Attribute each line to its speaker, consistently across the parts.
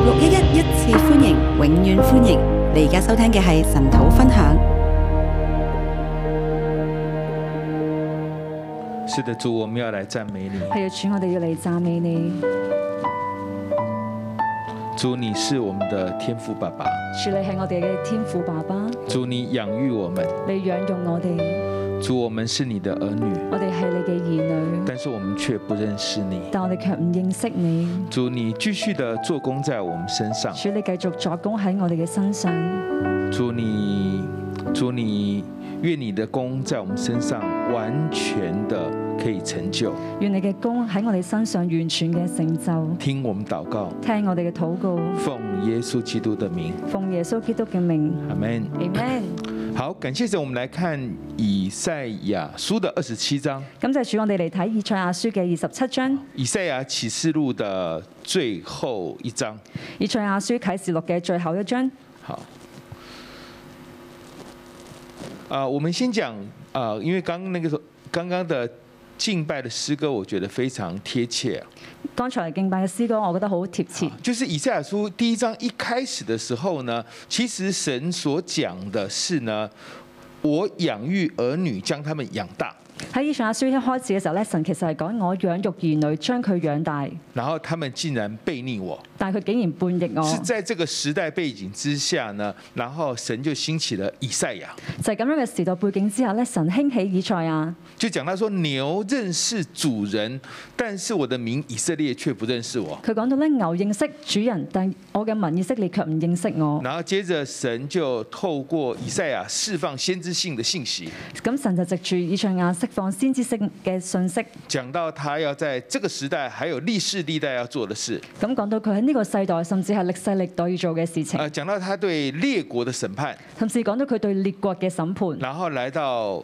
Speaker 1: 611一次歡迎，永遠歡迎！你而家收聽嘅係神土分享。
Speaker 2: 是的，主，我們要來讚美你。
Speaker 3: 係啊，主，我哋要嚟讚美你。
Speaker 2: 主，你是我們的天父爸爸。
Speaker 3: 主，你係我哋嘅天父爸爸。
Speaker 2: 主，你養育我們。
Speaker 3: 你養育我哋。
Speaker 2: 主，我們是你的兒女。
Speaker 3: 我哋係你嘅兒女。
Speaker 2: 但是我們卻不認識你。
Speaker 3: 但我哋卻唔認識你。
Speaker 2: 主，你繼續的做工在我們身上。
Speaker 3: 主，你繼續作工喺我哋嘅身上。
Speaker 2: 主，你願你的工在我們身上完全的可以成就。
Speaker 3: 願你嘅工喺我哋身上完全嘅成就。
Speaker 2: 聽我們禱告，
Speaker 3: 聽我哋嘅禱告，
Speaker 2: 奉耶穌基督的名，
Speaker 3: 奉耶穌基督嘅名。
Speaker 2: 阿門。
Speaker 3: Amen。
Speaker 2: 好，感謝神，我們來看以賽亞書的27章。
Speaker 3: 感謝主，我哋嚟睇以賽亞書嘅27章。
Speaker 2: 以賽亞啟示錄的最後一章。
Speaker 3: 以賽亞書啟示錄嘅最後一章。
Speaker 2: 好。我們先講因為剛剛的敬拜的詩歌，我覺得非常貼切。
Speaker 3: 剛才敬拜嘅詩歌，我覺得好貼切。
Speaker 2: 就是以賽亞書第一章一開始的時候呢，其實神所講的是呢，我養育兒女，將他們養大。
Speaker 3: 喺以賽亞書一開始嘅時候咧，神其實係講我養育兒女，將佢養大。
Speaker 2: 然後他們竟然背逆我，
Speaker 3: 但係佢竟然叛逆我。
Speaker 2: 是在這個時代背景之下呢，然後神就興起了以賽亞。
Speaker 3: 就係咁樣嘅時代背景之下咧，神興起以賽亞。
Speaker 2: 就講到說，牛認識主人，但是我的民以色列卻不認識我。
Speaker 3: 佢講到咧，牛認識主人，但我嘅民以色列卻唔認識我。
Speaker 2: 然後接着神就透過以賽亞釋放先知性的信息。
Speaker 3: 咁神就藉住以賽亞釋放先知性嘅信息，
Speaker 2: 講到他要在這個時代，還有歷世歷代要做的事。
Speaker 3: 咁講到佢喺呢個世代，甚至係歷世歷代要做嘅事情。
Speaker 2: 講到他對列國的審判，
Speaker 3: 甚至講到佢對列國嘅審判。
Speaker 2: 然後來到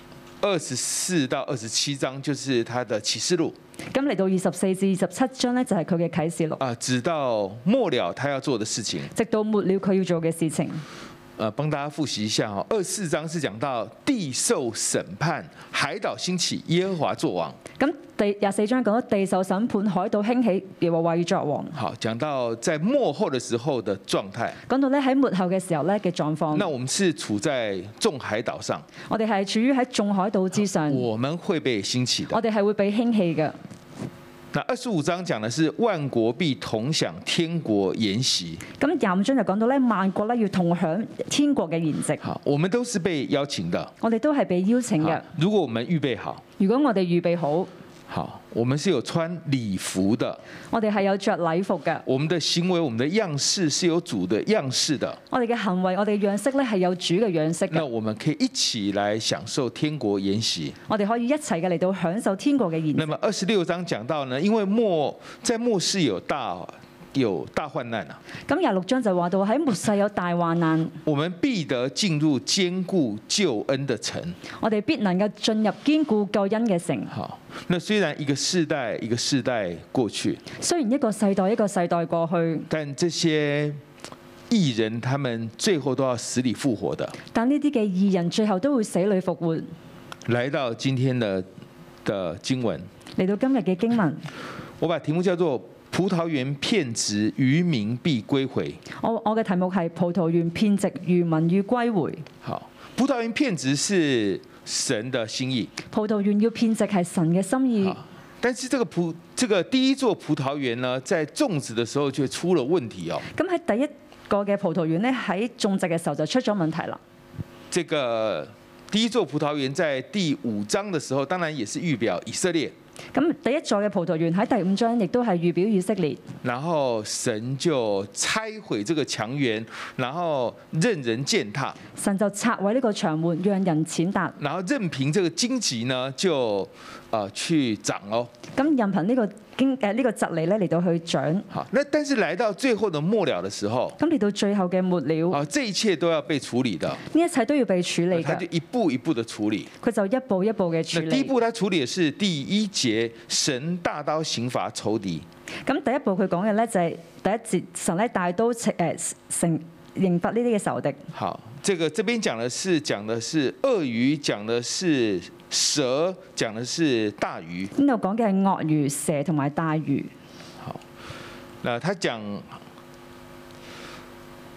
Speaker 2: 24到27章，就是他的啟示錄。
Speaker 3: 咁嚟到24至27章呢，就係佢嘅啟示錄。
Speaker 2: 直到末了他要做的事情，
Speaker 3: 直到末了佢要做嘅事情。
Speaker 2: 幫大家複習一下哈，24章是講到地受審判，海島興起，耶和華作王。
Speaker 3: 咁第24章講到地受審判，海島興起，耶和華要作王。
Speaker 2: 好，講到在末後的時候的狀態。
Speaker 3: 講到咧喺末後嘅時候咧嘅狀況。
Speaker 2: 那我們是處在眾海島上。
Speaker 3: 我哋係處於喺眾海島之上。
Speaker 2: 我們會被興起的。
Speaker 3: 我哋係會被興起嘅。
Speaker 2: 那25章講的是萬國必同享天國筵席。
Speaker 3: 咁25章就講到咧，萬國咧要同享天國嘅筵席。
Speaker 2: 好，我們都是被邀請的。
Speaker 3: 我哋都係被邀請嘅。
Speaker 2: 如果我們預備好。
Speaker 3: 如果我哋預備好。
Speaker 2: 好，我們是有穿禮服的。
Speaker 3: 我哋係有着禮服嘅。
Speaker 2: 我們的行為、我們的樣式是有主的樣式的。
Speaker 3: 我哋嘅行為、我哋嘅樣式咧係有主嘅樣式嘅。
Speaker 2: 那我們可以一起來享受天國筵席。
Speaker 3: 我哋可以一齊嘅嚟到享受天國嘅筵席。
Speaker 2: 那麼26章講到呢，因為在末世有大患難啊。
Speaker 3: 咁26章就話到喺末世有大患難。
Speaker 2: 我們必得進入堅固救恩的城。
Speaker 3: 我哋必能夠進入堅固救恩嘅城。
Speaker 2: 好，那雖然一個世代一個世代過去，
Speaker 3: 雖然一個世代一個世代過去，
Speaker 2: 但這些義人他們最後都要死裡復活的。
Speaker 3: 但呢啲嘅義人最後都會死裡復活。
Speaker 2: 來到今天的經文，
Speaker 3: 嚟到今日嘅經文，
Speaker 2: 我把題目叫做葡萄園遍植，餘民必歸回。
Speaker 3: 我嘅題目係葡萄園遍植，餘民要歸回。
Speaker 2: 好，葡萄園遍植是神的心意。
Speaker 3: 葡萄園要遍植係神嘅心意。
Speaker 2: 但是這個第一座葡萄園呢，在種植的時候就出了問題哦。
Speaker 3: 咁喺第一個嘅葡萄園呢，喺種植嘅時候就出咗問題啦。
Speaker 2: 這個第一座葡萄園在第5章的時候，當然也是預表以色列。
Speaker 3: 咁第一座嘅葡萄園喺第5章亦都係預表以色列。
Speaker 2: 然後神就拆毀這個牆垣，然後任人踐踏。
Speaker 3: 神就拆毀呢個牆垣，讓人踐踏。
Speaker 2: 然後任憑這個荊棘呢，就去長哦。
Speaker 3: 咁任憑呢個蒺藜咧嚟到去長。
Speaker 2: 好，那但是來到最後的末了的時候，
Speaker 3: 咁嚟到最後嘅末了，
Speaker 2: 這一切都要被處理的。
Speaker 3: 呢一切都要被處理嘅。
Speaker 2: 他就一步一步的處理。
Speaker 3: 佢就一步一步嘅處理。
Speaker 2: 第一步，他處理嘅是第1節，神大刀刑罰仇敵。
Speaker 3: 咁第一步佢講嘅咧就係第一節，神咧大刀刑罰呢啲嘅仇敵。
Speaker 2: 好，這邊講的是鱷魚，講的是蛇，講的是大魚。
Speaker 3: 呢度講嘅係鱷魚、蛇同埋大魚。
Speaker 2: 好，那他講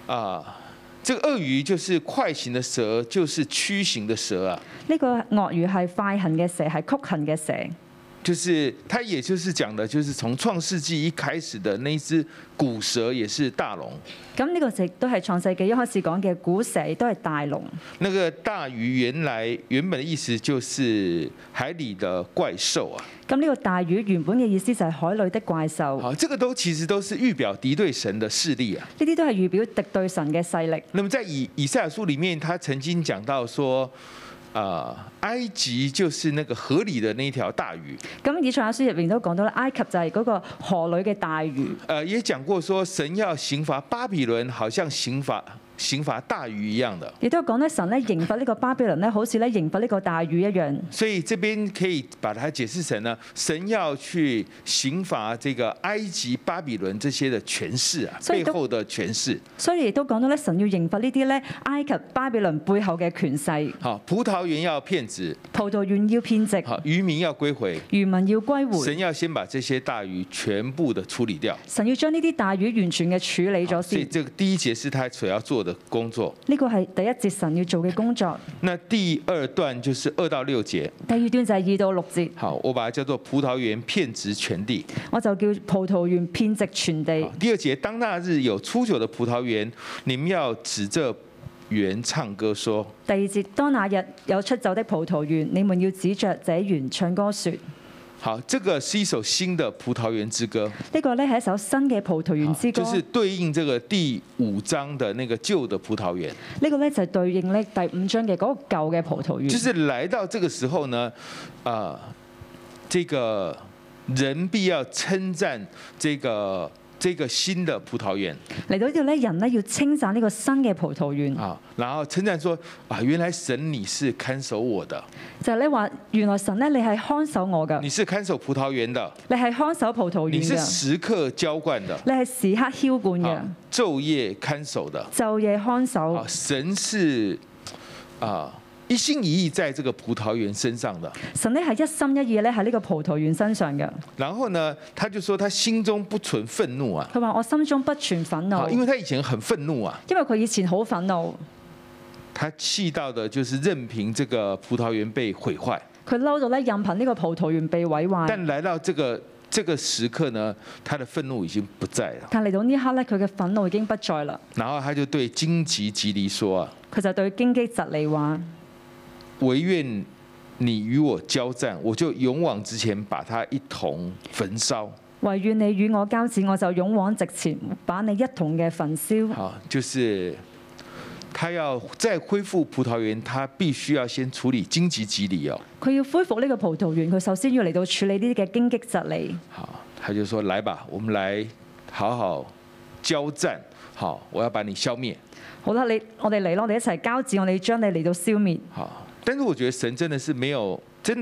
Speaker 2: 这个鱷魚就是快行的蛇，就是曲形的蛇啊。
Speaker 3: 呢個鱷魚係快行嘅蛇，係曲行嘅蛇。
Speaker 2: 就是它，也就是講的，就是從創世紀一開始的那隻古蛇，也是大龍。
Speaker 3: 咁呢個亦都係創世紀一開始講嘅古蛇，亦都係大龍。
Speaker 2: 那個大魚原本的意思就是海裡的怪獸啊。
Speaker 3: 咁呢個大魚原本嘅意思就係海裡的怪獸。
Speaker 2: 好，這個其實都是預表敵對神的勢力啊。
Speaker 3: 呢啲都係預表敵對神嘅勢力。
Speaker 2: 那麼在以賽亞書裡面，他曾經講到說，埃及就是那個河裡的那條大魚。
Speaker 3: 咁以賽亞書入面都講到啦，埃及就係嗰個河裡嘅大魚。
Speaker 2: 也講過說，神要刑罰巴比倫，好像刑罰大魚一樣的。
Speaker 3: 亦都講咧，神咧刑罰呢個巴比倫咧，好似咧刑罰呢個大魚一樣。
Speaker 2: 所以這邊可以把它解釋成呢，神要去刑罰這個埃及、巴比倫這些的權勢啊，背後的權勢。
Speaker 3: 所以亦都講到咧，神要刑罰呢啲咧埃及、巴比倫背後嘅權勢。
Speaker 2: 好，葡萄園要騙子，
Speaker 3: 葡萄園要偏殖。
Speaker 2: 好，漁民要歸回，
Speaker 3: 漁民要歸回。
Speaker 2: 神要先把這些大魚全部的處理掉。
Speaker 3: 神要將呢啲大魚完全嘅處理咗先。
Speaker 2: 所以這個第一節是他所要做的工作。
Speaker 3: 呢個係第一節神要做嘅工作。
Speaker 2: 那第二段就是2到6節。
Speaker 3: 第二段就係2到6節。
Speaker 2: 好，我把它叫做葡萄園遍植全地。
Speaker 3: 我就叫葡萄園遍植全地。
Speaker 2: 第二節，當那日有初酒的葡萄園，你們要指着園唱歌說。
Speaker 3: 第二節，當那日有出酒的葡萄園，你們要指着這園唱歌說。
Speaker 2: 好，這個是一首新的葡萄園之歌。
Speaker 3: 呢個咧係一首新嘅葡萄園之歌。
Speaker 2: 就是對應這個第5章的那個舊的葡萄園。
Speaker 3: 呢個咧就係對應咧第5章嘅嗰個舊嘅葡萄園。
Speaker 2: 就是來到這個時候呢，這個人必要稱讚這個新的葡萄園。
Speaker 3: 嚟到呢度咧，人咧要稱讚呢個新嘅葡萄園。
Speaker 2: 啊，然後稱讚說原來神你是看守我的。
Speaker 3: 就係你話原來神咧，你係看守我㗎。
Speaker 2: 你是看守葡萄園的。
Speaker 3: 你係看守葡萄園嘅。
Speaker 2: 你是時刻澆灌的。
Speaker 3: 你係時刻澆灌嘅。
Speaker 2: 晝夜看守的。
Speaker 3: 晝夜看守。
Speaker 2: 神是一心一意在這個葡萄園身上的。
Speaker 3: 神呢係一心一意咧喺呢個葡萄園身上嘅。
Speaker 2: 然後呢，他就說他心中不存憤怒啊。
Speaker 3: 佢話我心中不存憤怒。
Speaker 2: 因為他以前很憤怒啊。
Speaker 3: 因為佢以前好憤怒。
Speaker 2: 他氣到的就是任憑這個葡萄園被毀壞。
Speaker 3: 佢嬲到咧，任憑呢個葡萄園被毀壞。
Speaker 2: 但來到這個時刻呢，他的憤怒已經不在了。
Speaker 3: 但嚟到呢刻咧，佢嘅憤怒已經不在啦。
Speaker 2: 然後他就對荊棘蒺藜說啊。
Speaker 3: 佢就對荊棘蒺藜話。
Speaker 2: 惟願你與我交戰，我就勇往直前，把它一同焚燒。
Speaker 3: 惟願你與我交戰，我就勇往直前，把你一同嘅焚燒。
Speaker 2: 好，就是他要再恢復葡萄園，他必須要先處理荊棘蒺藜哦。佢
Speaker 3: 要恢復呢個葡萄園，佢首先要嚟到處理呢啲嘅荊棘蒺藜。
Speaker 2: 好，他就說：來吧，我們來好好交戰。好，我要把你消滅。
Speaker 3: 好啦，我哋嚟咯，我哋一齊交戰，我哋將你嚟到消滅。
Speaker 2: 好。但是我覺得神真的是沒有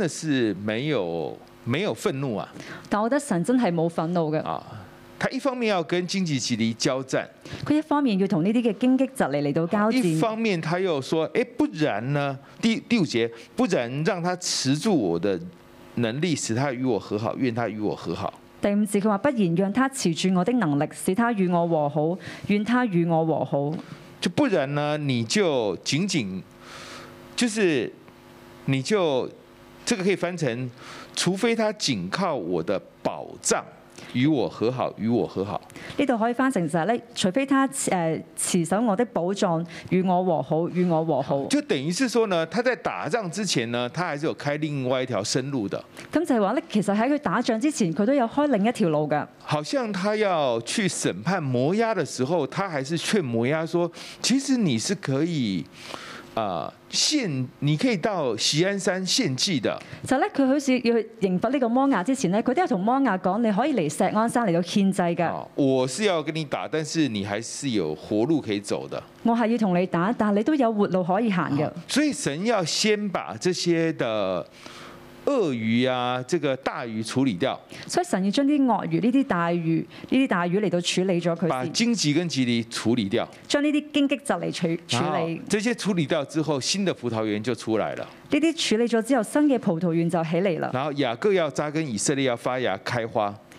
Speaker 2: 憤怒啊！
Speaker 3: 但我覺得神真係冇憤怒嘅。
Speaker 2: 啊，他一方面要跟荊棘蒺藜交戰，
Speaker 3: 佢一方面要同呢啲嘅荊棘蒺藜嚟到交戰。
Speaker 2: 一方面他又說：不然呢？第5節，不然讓他持住我的能力，使他與我和好，願他與我和好。
Speaker 3: 第5節佢話：不然讓他持住我的能力，使他與我和好，願他與我和好。
Speaker 2: 就不然呢？你就僅僅。就是你就這個可以翻成，除非他僅靠我的保障與我和好，與我和好。
Speaker 3: 呢度可以翻成就係咧，除非他持守我的保障與我和好，與我和好。
Speaker 2: 就等於是說呢，他在打仗之前呢，他還是有開另外一條生路的。
Speaker 3: 咁就係話咧，其實喺佢打仗之前，佢都有開另一條路㗎。
Speaker 2: 好像他要去審判摩押的時候，他還是勸摩押說，其實你是可以。你可以到錫安山獻祭的。就咧，佢好似要去刑罰呢個摩押之前咧，佢都有同摩押講，你可以嚟錫安山嚟到獻祭㗎。我是要跟你打，但是你還是有活路可以走的。我係要同你打，但係你都有活路可以行嘅。所以神要先把這些的鱷魚啊，這個大魚處理掉。所以神要將啲鱷魚、呢啲大魚嚟到處理咗佢。把荊棘跟蒺藜處理掉。將呢啲荊棘蒺藜處理。這些處理掉之後，新的葡萄園就出來了。呢啲處理咗之後，新嘅葡萄園就起嚟啦。然後雅各要扎根，以色列要發芽開花。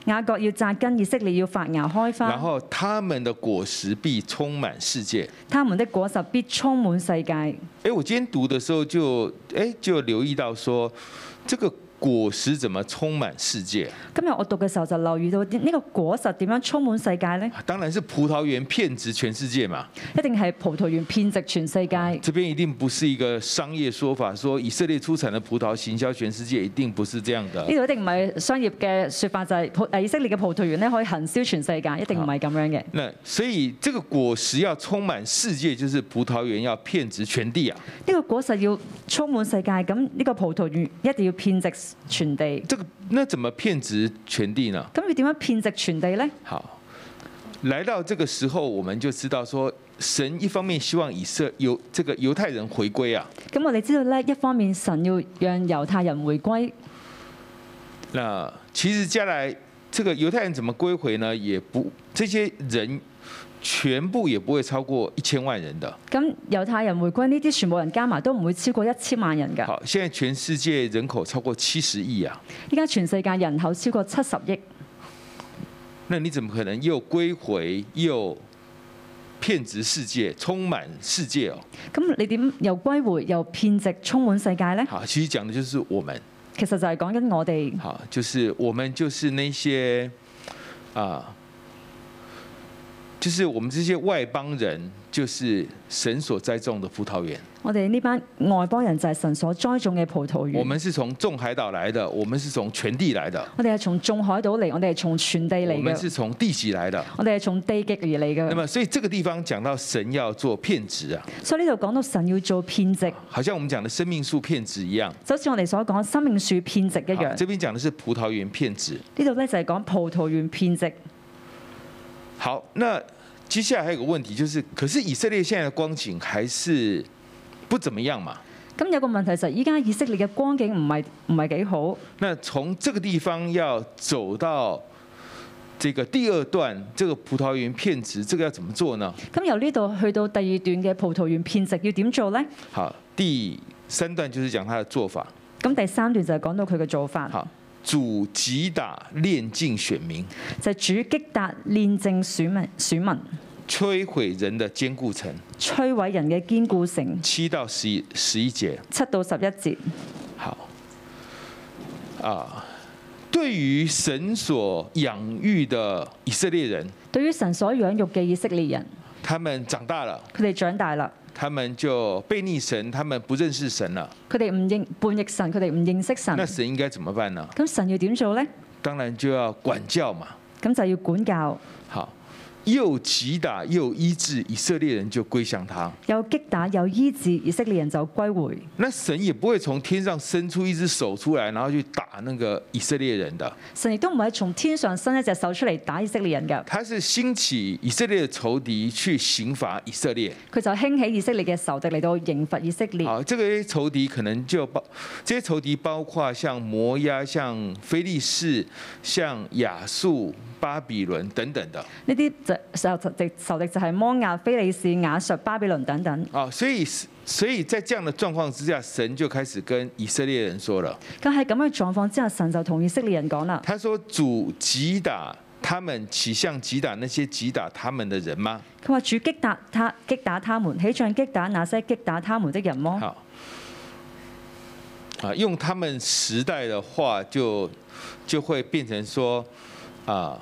Speaker 3: 雅各要扎根，以色列要發芽開花。
Speaker 2: 然後他們的果實必充滿世界。
Speaker 3: 他們的果實必充滿世界。
Speaker 2: 我今天讀的時候就留意到說，這個果實怎麼充滿世界？
Speaker 3: 今日我讀嘅時候就留意到呢個果實點樣充滿世界呢？
Speaker 2: 當然是葡萄園遍植全世界嘛。
Speaker 3: 一定係葡萄園遍植全世界。
Speaker 2: 這邊一定不是一個商業說法，說以色列出產的葡萄行銷全世界，一定不是這樣的。
Speaker 3: 呢度一定唔係商業嘅說法，就係以色列嘅葡萄園咧可以行銷全世界，一定唔係咁樣嘅。
Speaker 2: 那所以這個果實要充滿世界，就是葡萄園要遍植全地啊。
Speaker 3: 呢個果實要充滿世界，咁呢個葡萄園一定要遍植全地。
Speaker 2: 那怎麼遍植全地呢？
Speaker 3: 咁要點樣遍植全地呢？
Speaker 2: 好，來到這個時候，我們就知道說，神一方面希望這個猶太人回歸啊。
Speaker 3: 咁我哋知道咧，一方面神要讓猶太人回歸。
Speaker 2: 那其實將來這個猶太人怎麼歸回呢？也不，這些人全部也不會超過1000萬人的。
Speaker 3: 咁猶太人回歸呢啲全部人加埋都唔會超過1000萬人㗎。
Speaker 2: 好，現在全世界人口超過70億啊！
Speaker 3: 依家全世界人口超過70億。
Speaker 2: 那你怎麼可能又歸回又遍植世界，充滿世界哦？
Speaker 3: 咁你點又歸回又遍植充滿世界呢？
Speaker 2: 好，其實講的就是我們。
Speaker 3: 其實就係講緊我哋。
Speaker 2: 好，就是我們就是那些就是我們這些外邦人，就是神所栽種的葡萄園。
Speaker 3: 我哋呢班外邦人就係神所栽種嘅葡萄園。
Speaker 2: 我們是從眾海島來的，我們是從全地來的。
Speaker 3: 我哋係從眾海島嚟，我哋係從全地嚟嘅。
Speaker 2: 我們是從地極來的。
Speaker 3: 我哋係從地極而嚟嘅。
Speaker 2: 那麼，所以這個地方講到神要做遍植啊。
Speaker 3: 所以呢度講到神要做遍植，
Speaker 2: 好像我們講的生命樹遍植一樣。
Speaker 3: 就好似我哋所講生命樹遍植一樣。
Speaker 2: 這邊講的是葡萄園遍植。
Speaker 3: 呢度咧就係講葡萄園遍植。
Speaker 2: 好，那接下來還有個問題，就是，可是以色列現在的光景還是不怎麼樣嘛？
Speaker 3: 咁有個問題就係依家以色列嘅光景唔係幾好。
Speaker 2: 那從這個地方要走到這個第二段，這個葡萄園遍植，這個要怎麼做呢？
Speaker 3: 咁由呢度去到第二段嘅葡萄園遍植要點做呢？
Speaker 2: 好，第3段就是講他的做法。
Speaker 3: 咁第3段就係講到佢嘅做法。
Speaker 2: 好，主擊打煉淨選民，
Speaker 3: 就係主擊打煉淨選民，
Speaker 2: 摧毀人的堅固城，
Speaker 3: 摧毀人嘅堅固城。
Speaker 2: 7到11節
Speaker 3: ，7到11節。
Speaker 2: 好，對於神所養育的以色列人，對於神所養育嘅以色列人，他們長大了，
Speaker 3: 佢哋長大啦，
Speaker 2: 他們就背逆神，他們不認識神了，
Speaker 3: 佢哋叛逆神，佢哋唔認識神。
Speaker 2: 那神應該怎麼辦呢？
Speaker 3: 咁神要點做呢？
Speaker 2: 當然就要管教嘛。
Speaker 3: 咁就要管教。
Speaker 2: 好。又擊打又醫治，以色列人就歸向他。
Speaker 3: 又擊打又醫治，以色列人就歸回。
Speaker 2: 那神也不會從天上伸出一隻手出來，然後去打那個以色列人的。
Speaker 3: 神亦都唔係從天上伸一隻手出嚟打以色列人㗎。
Speaker 2: 他是興起以色列的仇敵去刑罰以色列。
Speaker 3: 佢就興起以色列嘅仇敵嚟到刑罰以色列。
Speaker 2: 好，這個仇敵可能就這些仇敵包括像摩押、像非利士、像亞述、巴比倫等等的。
Speaker 3: 呢啲仇敵就係摩押、非利士、亞述、巴比倫等等。
Speaker 2: 啊，所以在這樣的狀況之下，神就開始跟以色列人說了。
Speaker 3: 咁喺咁嘅狀況之下，神就同以色列人講啦。
Speaker 2: 他說：主擊打他們，豈像擊打那些擊打他們的人嗎？
Speaker 3: 佢話主擊打他們，豈像擊打那些擊打他們的人麼？
Speaker 2: 好，啊，用他們時代的話就會變成說，啊，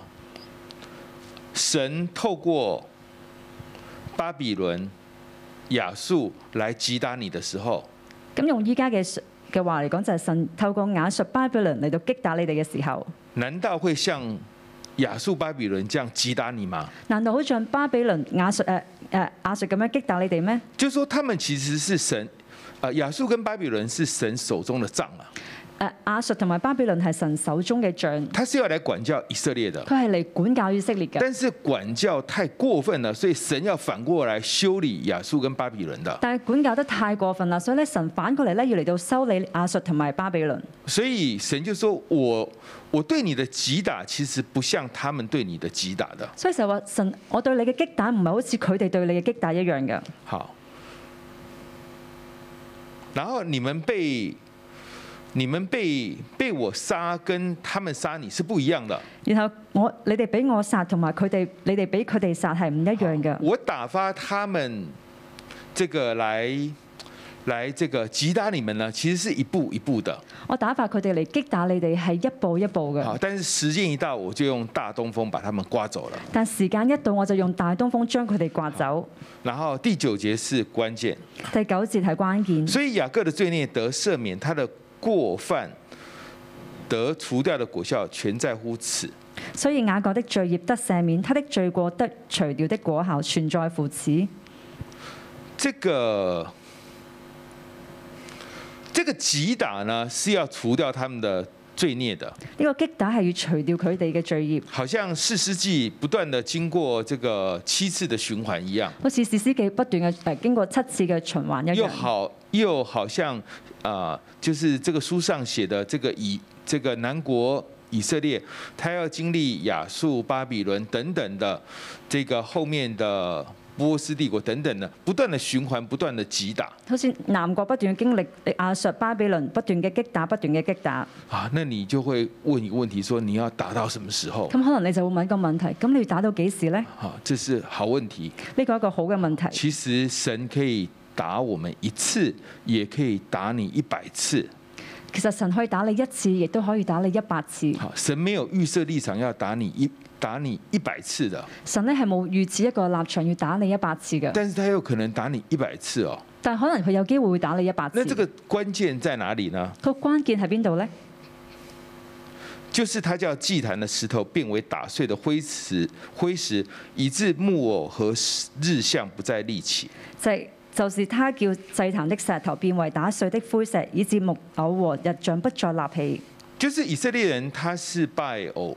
Speaker 2: 神透過巴比倫、亞述來擊打你的時候，
Speaker 3: 咁用依家嘅話嚟講，就係神透過亞述、巴比倫嚟到擊打你哋嘅時候，
Speaker 2: 難道會像亞述、巴比倫這樣擊打你嗎？
Speaker 3: 難道好像巴比倫、亞述咁樣擊打你哋咩？
Speaker 2: 就是說，他們其實是神，亞述跟巴比倫是神手中的杖啊。
Speaker 3: 亞述同埋巴比倫係神手中嘅杖，
Speaker 2: 他是要來管教以色列的，
Speaker 3: 佢係嚟管教以色列嘅。
Speaker 2: 但是管教太過分了，所以神要反過來修理亞述跟巴比倫的。
Speaker 3: 但係管教得太過分啦，所以咧神反過嚟咧要嚟到修理亞述同埋巴比倫。
Speaker 2: 所以神就說我對你的擊打其實不像他們對你的擊打的。
Speaker 3: 所以就話神，我對你嘅擊打唔係好似佢哋對你嘅擊打一樣嘅。
Speaker 2: 好，然後你們被你們被我殺跟他們殺你是不一樣的。
Speaker 3: 然後你哋俾我殺同埋你哋俾佢哋殺係唔一樣嘅。
Speaker 2: 我打發他們這個來這個擊打你們呢，其實是一步一步的。
Speaker 3: 我打發佢哋嚟擊打你哋係一步一步嘅。
Speaker 2: 但是時間一到，我就用大東風把他們刮走了。
Speaker 3: 但時間一到，我就用大東風將佢哋刮走。
Speaker 2: 然後第9節是關鍵。
Speaker 3: 第9節係關鍵。
Speaker 2: 所以雅各的罪孽得赦免，他的過犯得除掉的果效全在乎此。
Speaker 3: 所以雅各的罪孽得赦免，他的罪過得除掉的果效全在乎此。
Speaker 2: 這個擊打呢，是要除掉他們的罪孽的。
Speaker 3: 呢個擊打係要除掉佢哋嘅罪孽。
Speaker 2: 好像士師記不斷的經過這個7次的循環一樣。
Speaker 3: 好似士師記不斷嘅經過7次嘅循環一樣。
Speaker 2: 又好像就是這個書上寫的這個南國以色列，他要經歷亞述、巴比倫等等的這個後面的波斯帝國等等的，不斷的循環，不斷的擊打。
Speaker 3: 好似南國不斷經歷亞述、巴比倫不斷嘅擊打，不斷嘅擊打。
Speaker 2: 那你就會問一個問題，說你要打到什麼時候？
Speaker 3: 咁可能你就會問一個問題，咁你要打到幾時呢？
Speaker 2: 這是好問題。
Speaker 3: 呢個係一個好嘅問題。
Speaker 2: 其實神可以打我們1次，也可以打你100次。
Speaker 3: 其實神可以打你1次，亦都可以打你100次。
Speaker 2: 神沒有預設立場要打你100次的。神
Speaker 3: 呢係冇預設一個立場要打你100次嘅。
Speaker 2: 但是他有可能打你100次哦。
Speaker 3: 但可能佢有機會會打你100次。
Speaker 2: 那這個關鍵在哪裡呢？
Speaker 3: 個關鍵喺邊度呢？
Speaker 2: 就是他叫祭壇的石頭變為打碎的灰石，以致木偶和日像不再立起。
Speaker 3: 就是他叫祭壇的石頭變為打碎的灰石，以致木偶和日像不再立起。
Speaker 2: 就是以色列人，他是拜偶，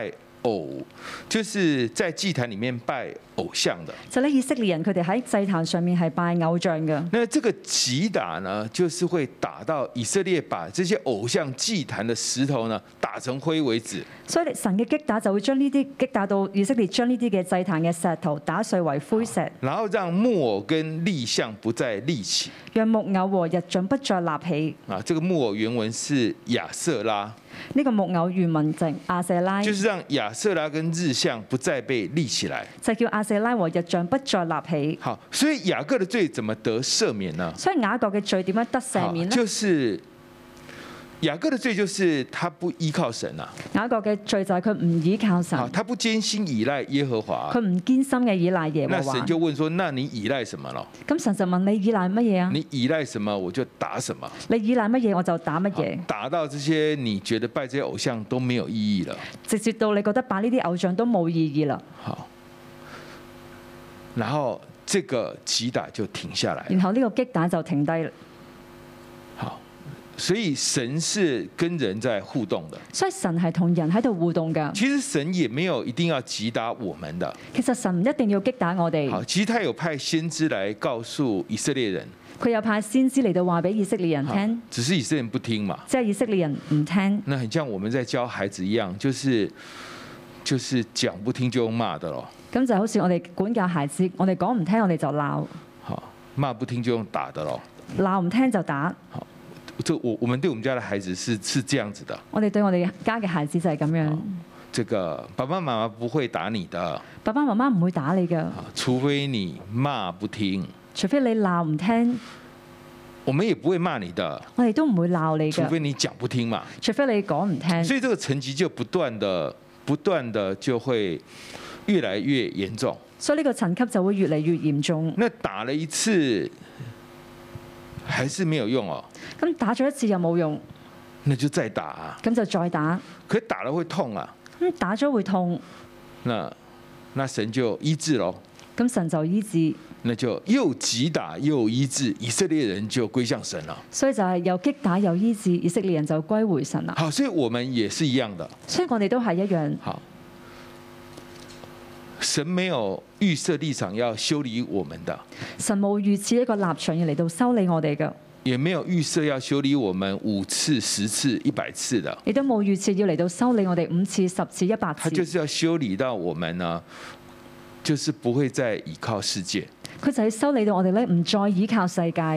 Speaker 2: 就是在祭壇裡面拜偶像的。
Speaker 3: 就咧，以色列人佢哋喺祭壇上面係拜偶像嘅。
Speaker 2: 那這個擊打呢，就是會打到以色列把這些偶像祭壇的石頭呢打成灰為止。
Speaker 3: 所以神嘅擊打就會將呢啲擊打到以色列，將呢啲嘅祭壇嘅石頭打碎為灰石。
Speaker 2: 然後讓木偶跟立像不再立起。
Speaker 3: 讓木偶和日像不再立起。
Speaker 2: 啊，這個木偶原文是亞舍拉。
Speaker 3: 呢個木偶原文就亞舍拉。
Speaker 2: 就是讓亞舍拉跟日像不再被立起來。
Speaker 3: 就叫亞舍拉和日像不再立起。
Speaker 2: 好，所以雅各的罪怎麼得赦免呢？
Speaker 3: 所以雅各嘅罪點樣得赦免呢？
Speaker 2: 就是雅各的罪就是他不依靠神啊。
Speaker 3: 雅各嘅罪就係佢唔依靠神。
Speaker 2: 他不堅心依賴耶和華。
Speaker 3: 佢唔堅心嘅依賴耶和華。
Speaker 2: 那神就問說：那你依賴什麼咯？
Speaker 3: 咁神就問你依賴乜嘢啊？
Speaker 2: 你依賴什麼我就打什麼。
Speaker 3: 你依賴乜嘢我就打乜嘢。
Speaker 2: 打到這些你覺得拜這些偶像都沒有意義了。
Speaker 3: 直接到你覺得拜呢啲偶像都冇意義啦。
Speaker 2: 好。然後這個擊打就停下來。
Speaker 3: 然後呢個擊打就停低啦。
Speaker 2: 好。所以神是跟人在互動的，
Speaker 3: 所以神係同人喺度互動噶。
Speaker 2: 其實神也沒有一定要擊打我們的。
Speaker 3: 其實神唔一定要擊打我哋。
Speaker 2: 好，其實他有派先知來告訴以色列人。
Speaker 3: 佢有派先知嚟到話俾以色列人聽。
Speaker 2: 只是以色列人不聽嘛。
Speaker 3: 即係以色列人唔聽。
Speaker 2: 那很像我們在教孩子一樣，就是講不聽就用罵的咯。
Speaker 3: 咁就好似我哋管教孩子，我哋講唔聽，我哋就鬧。
Speaker 2: 好，罵不聽就用打的咯。
Speaker 3: 鬧唔聽就打。
Speaker 2: 好。我們對我們家的孩子是這樣子的。
Speaker 3: 我哋對我哋家嘅孩子就係咁樣。
Speaker 2: 這個爸爸媽媽不會打你的。
Speaker 3: 爸爸媽媽唔會打你㗎。
Speaker 2: 除非你罵不聽。
Speaker 3: 除非你鬧唔聽。
Speaker 2: 我們也不會罵你的。
Speaker 3: 我哋都唔會鬧你㗎。
Speaker 2: 除非你講不聽嘛。
Speaker 3: 除非你講唔聽。
Speaker 2: 所以這個層級就不斷的就會越來越嚴重。
Speaker 3: 所以呢個層級就會越嚟越嚴重。
Speaker 2: 那打了一次。還是沒有用哦。
Speaker 3: 咁打咗一次又冇用，
Speaker 2: 那就再打啊。
Speaker 3: 咁就再打。
Speaker 2: 可打了會痛啊。
Speaker 3: 咁打咗會痛。
Speaker 2: 那神就醫治咯。
Speaker 3: 咁神就醫治。
Speaker 2: 那就又擊打又醫治，以色列人就歸向神了。
Speaker 3: 所以就係又擊打又醫治，以色列人就歸回神啦。
Speaker 2: 好，所以我們也是一樣的。
Speaker 3: 所以我哋都係一樣。
Speaker 2: 好。神沒有預設立場要修理我們的，
Speaker 3: 神冇預設一個立場要嚟到修理我哋嘅，
Speaker 2: 也沒有預設要修理我們5次、10次、100次的，
Speaker 3: 亦都冇預設要嚟到修理我哋5次、10次、100次。
Speaker 2: 他就是要修理到我們呢，就是不會再依靠世界。
Speaker 3: 佢就係修理到我哋咧，唔再依靠世界。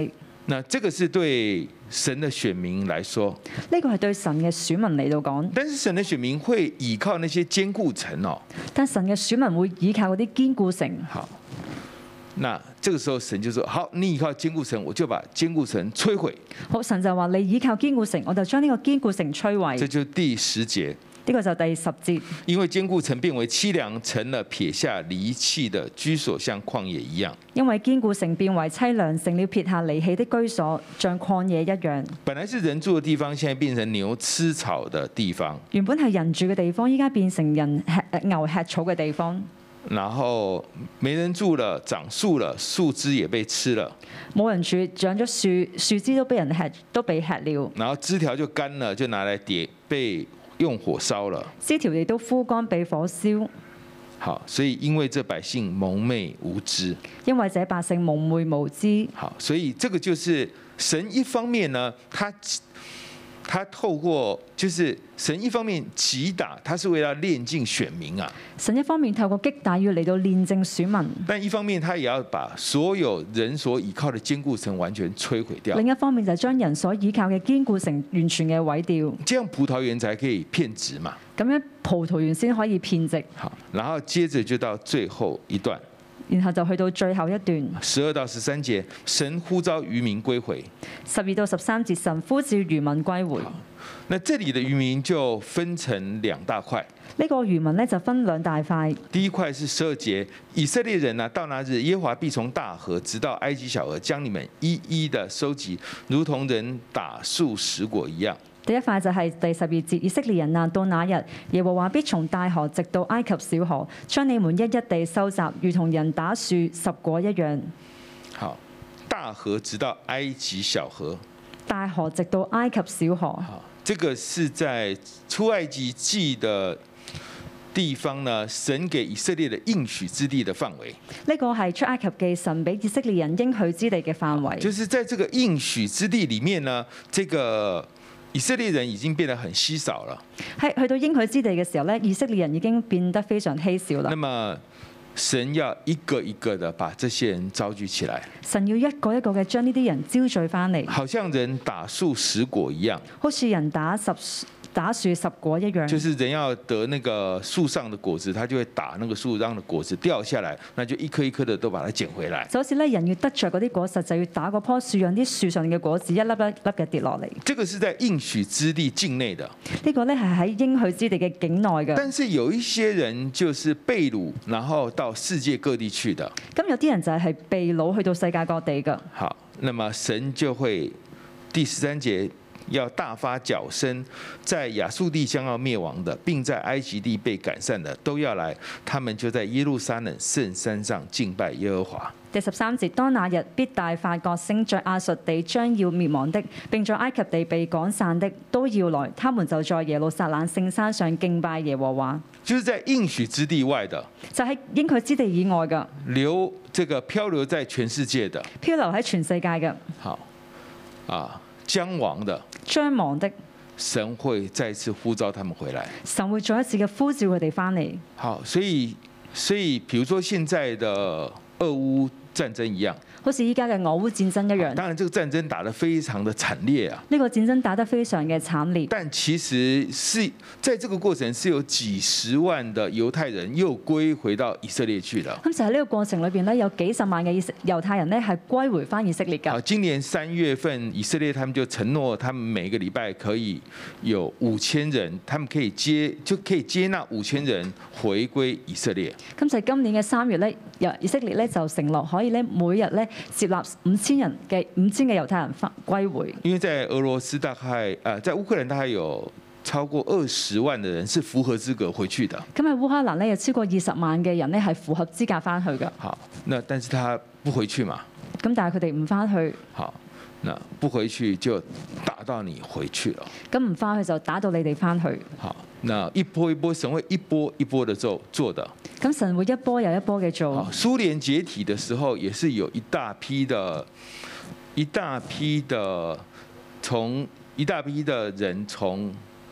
Speaker 2: 那這個是對神的選民來說，
Speaker 3: 呢個係對神嘅選民嚟到講。
Speaker 2: 但是神的選民會倚靠那些堅固城哦。
Speaker 3: 但神嘅選民會倚靠嗰啲堅固城。
Speaker 2: 好，那這個時候神就說：好，你倚靠堅固城，我就把堅固城摧毀。
Speaker 3: 好，神就話你倚靠堅固城，我就將呢個堅固城摧毀。
Speaker 2: 這就第10節。
Speaker 3: 呢個就第10節。因
Speaker 2: 為堅固城變為淒涼，成了撇下離棄的居所，像曠野一樣。
Speaker 3: 因為堅固城變為淒涼，成了撇下離棄的居所，像曠野一樣。
Speaker 2: 本來是人住的地方，現在變成牛吃草的地方。
Speaker 3: 原本係人住嘅地方，依家變成牛吃草嘅地方。
Speaker 2: 然後沒人住了，長樹了，樹枝也被吃了。
Speaker 3: 冇人住，長咗樹，樹枝都被人吃，都被吃了。
Speaker 2: 然後枝條就乾了，就拿來被用火燒了，
Speaker 3: 枝條亦都枯乾，被火燒。
Speaker 2: 好，所以因為這百姓蒙昧無知，
Speaker 3: 因為這百姓蒙昧無知。
Speaker 2: 好，所以這個就是神一方面呢，他透過就是神一方面擊打，他是為了練盡選民啊。
Speaker 3: 神一方面透過擊打要嚟到練正選民，
Speaker 2: 但一方面他也要把所有人所倚靠的堅固城完全摧毀掉。
Speaker 3: 另一方面就將人所倚靠嘅堅固城完全嘅毀掉。
Speaker 2: 這樣葡萄園才可以遍植嘛。
Speaker 3: 咁樣葡萄園先可以遍植。
Speaker 2: 好，然後接着就到最後一段。
Speaker 3: 然後就去到最後一段
Speaker 2: 12到13節，神呼召餘民歸回。
Speaker 3: 12到13節，神呼召餘民歸回。
Speaker 2: 那這裡的餘民就分成2大塊。
Speaker 3: 呢個餘民呢就分2大塊。
Speaker 2: 第一塊是12節，以色列人啊，到那日，耶和華必從大河直到埃及小河，將你們一一的收集，如同人打樹拾果一樣。第一塊就係第12節，以色列人啊，到那日，耶和華必從大河直到埃及小河，將你們一一地收集，如同人打樹拾果一樣。好，大河直到埃及小河。大河直到埃及小河。好，這個是在出埃及記的地方呢，神給以色列的應許之地的範圍。呢個係出埃及記神俾以色列人應許之地嘅範圍。就是在這個應許之地裡面呢，這個以色列人已經變得很稀少了。係去到應許之地嘅時候呢，以色列人已經變得非常稀少啦。那麼神要一個一個的把這些人召集起來。神要一個一個嘅將呢啲人招聚翻嚟。好像人打樹拾果一樣。好似人打樹拾果一樣，就是人要得那個樹上的果子，他就會打那個樹上的果子掉下來，那就一顆一顆的都把它撿回來。就好似咧，人要得着嗰啲果實，就要打嗰棵樹，讓啲樹上嘅果子一粒一粒嘅跌落嚟。這個是在應許之地境內的，呢個咧係喺應許之地嘅境內嘅。但是有一些人就是被擄，然後到世界各地去的。咁有啲人就係被擄去到世界各地嘅。好，那麼神就會第13節。要大發角聲，在亞述地將要滅亡的，並在埃及地被趕散的，都要來。他們就在耶路撒冷聖山上敬拜耶和華。第13節，當那日必大發角聲，在亞述地將要滅亡的，並在埃及地被趕散的，都要來。他們就在耶路撒冷聖山上敬拜耶和華。就是在應許之地外的，就喺應許之地以外嘅，漂流在全世界的，漂流喺全世界嘅。好，啊。將亡的，神會再次呼召他們回來。神會再一次嘅呼召佢哋翻嚟。好，所以，譬如說現在的俄烏戰爭一樣。好似依家嘅俄烏戰爭一樣。當然，這個戰爭打得非常的慘烈啊！呢個戰爭打得非常嘅慘烈。但其實是在這個過程是有幾十萬的猶太人又歸回到以色列去了。咁就喺呢個過程裏邊呢，有幾十萬嘅猶太人呢係歸回翻以色列㗎。今年3月份，以色列他們就承諾，他們每個禮拜可以有5000人，他們可以接納5000人回歸以色列。咁就係今年嘅3月呢，以色列呢就承諾可以呢每日呢接納5000嘅猶太人歸回。因為在俄羅斯大概在烏克蘭大概有超過20萬的人是符合資格回去的。咁喺烏克蘭呢，有超過20萬嘅人呢係符合資格翻去嘅。好，那但是他不回去嘛？咁但係佢哋唔翻去。好，那不回去就打到你回去了。咁唔翻去就打到你哋翻去。好，那一波一波，神會一波一波的做的。咁神會一波又一波嘅做。蘇聯解體的時候，也是有一大批的人從